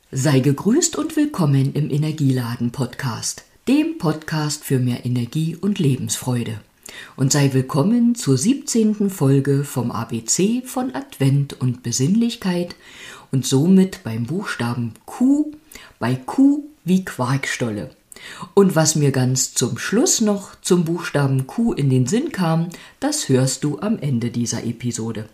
Sei gegrüßt und willkommen im Energieladen-Podcast, dem Podcast für mehr Energie und Lebensfreude. Und sei willkommen zur 17. Folge vom ABC von Advent und Besinnlichkeit und somit beim Buchstaben Q, bei Q wie Quarkstolle. Und was mir ganz zum Schluss noch zum Buchstaben Q in den Sinn kam, das hörst du am Ende dieser Episode.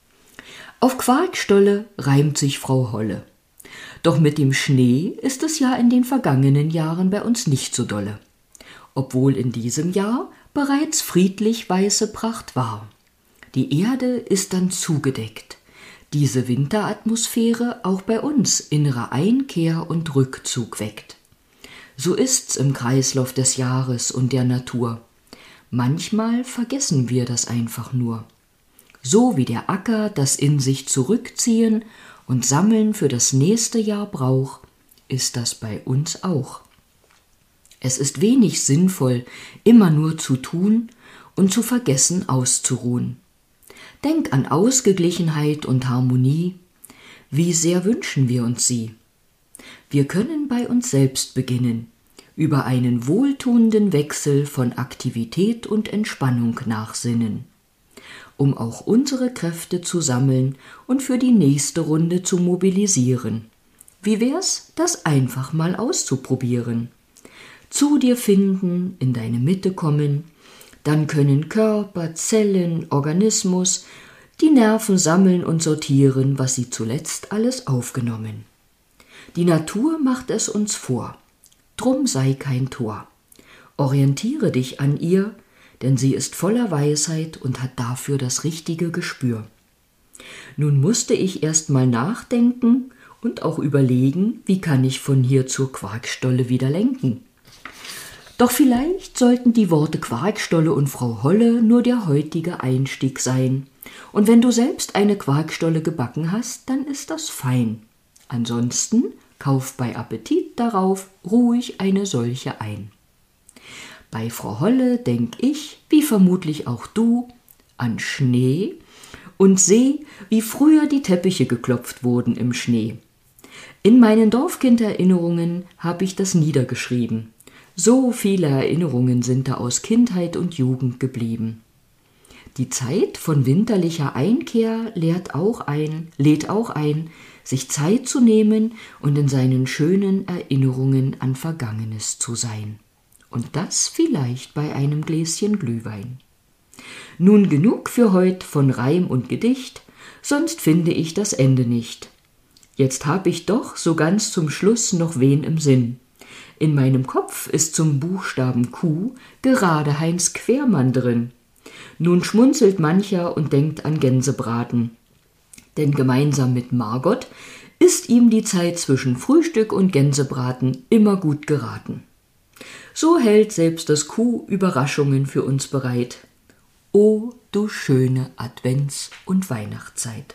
Auf Quarkstolle reimt sich Frau Holle. Doch mit dem Schnee ist es ja in den vergangenen Jahren bei uns nicht so dolle. Obwohl in diesem Jahr bereits friedlich weiße Pracht war. Die Erde ist dann zugedeckt. Diese Winteratmosphäre auch bei uns innere Einkehr und Rückzug weckt. So ist's im Kreislauf des Jahres und der Natur. Manchmal vergessen wir das einfach nur. So wie der Acker das in sich zurückziehen und Sammeln für das nächste Jahr braucht, ist das bei uns auch. Es ist wenig sinnvoll, immer nur zu tun und zu vergessen auszuruhen. Denk an Ausgeglichenheit und Harmonie. Wie sehr wünschen wir uns sie? Wir können bei uns selbst beginnen, über einen wohltuenden Wechsel von Aktivität und Entspannung nachsinnen, um auch unsere Kräfte zu sammeln und für die nächste Runde zu mobilisieren. Wie wär's, das einfach mal auszuprobieren? Zu dir finden, in deine Mitte kommen, dann können Körper, Zellen, Organismus, die Nerven sammeln und sortieren, was sie zuletzt alles aufgenommen. Die Natur macht es uns vor, drum sei kein Tor. Orientiere dich an ihr, denn sie ist voller Weisheit und hat dafür das richtige Gespür. Nun musste ich erst mal nachdenken und auch überlegen, wie kann ich von hier zur Quarkstolle wieder lenken. Doch vielleicht sollten die Worte Quarkstolle und Frau Holle nur der heutige Einstieg sein. Und wenn du selbst eine Quarkstolle gebacken hast, dann ist das fein. Ansonsten kauf bei Appetit darauf ruhig eine solche ein. Bei Frau Holle denk ich, wie vermutlich auch du, an Schnee und seh, wie früher die Teppiche geklopft wurden im Schnee. In meinen Dorfkinderinnerungen habe ich das niedergeschrieben. So viele Erinnerungen sind da aus Kindheit und Jugend geblieben. Die Zeit von winterlicher Einkehr lädt auch ein, sich Zeit zu nehmen und in seinen schönen Erinnerungen an Vergangenes zu sein. Und das vielleicht bei einem Gläschen Glühwein. Nun genug für heut von Reim und Gedicht, sonst finde ich das Ende nicht. Jetzt hab ich doch so ganz zum Schluss noch wen im Sinn. In meinem Kopf ist zum Buchstaben Q gerade Heinz Quermann drin. Nun schmunzelt mancher und denkt an Gänsebraten. Denn gemeinsam mit Margot ist ihm die Zeit zwischen Frühstück und Gänsebraten immer gut geraten. So hält selbst das Q Überraschungen für uns bereit. O, du schöne Advents- und Weihnachtszeit.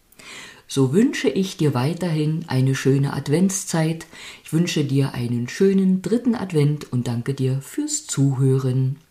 So wünsche ich dir weiterhin eine schöne Adventszeit. Ich wünsche dir einen schönen 3. Advent und danke dir fürs Zuhören.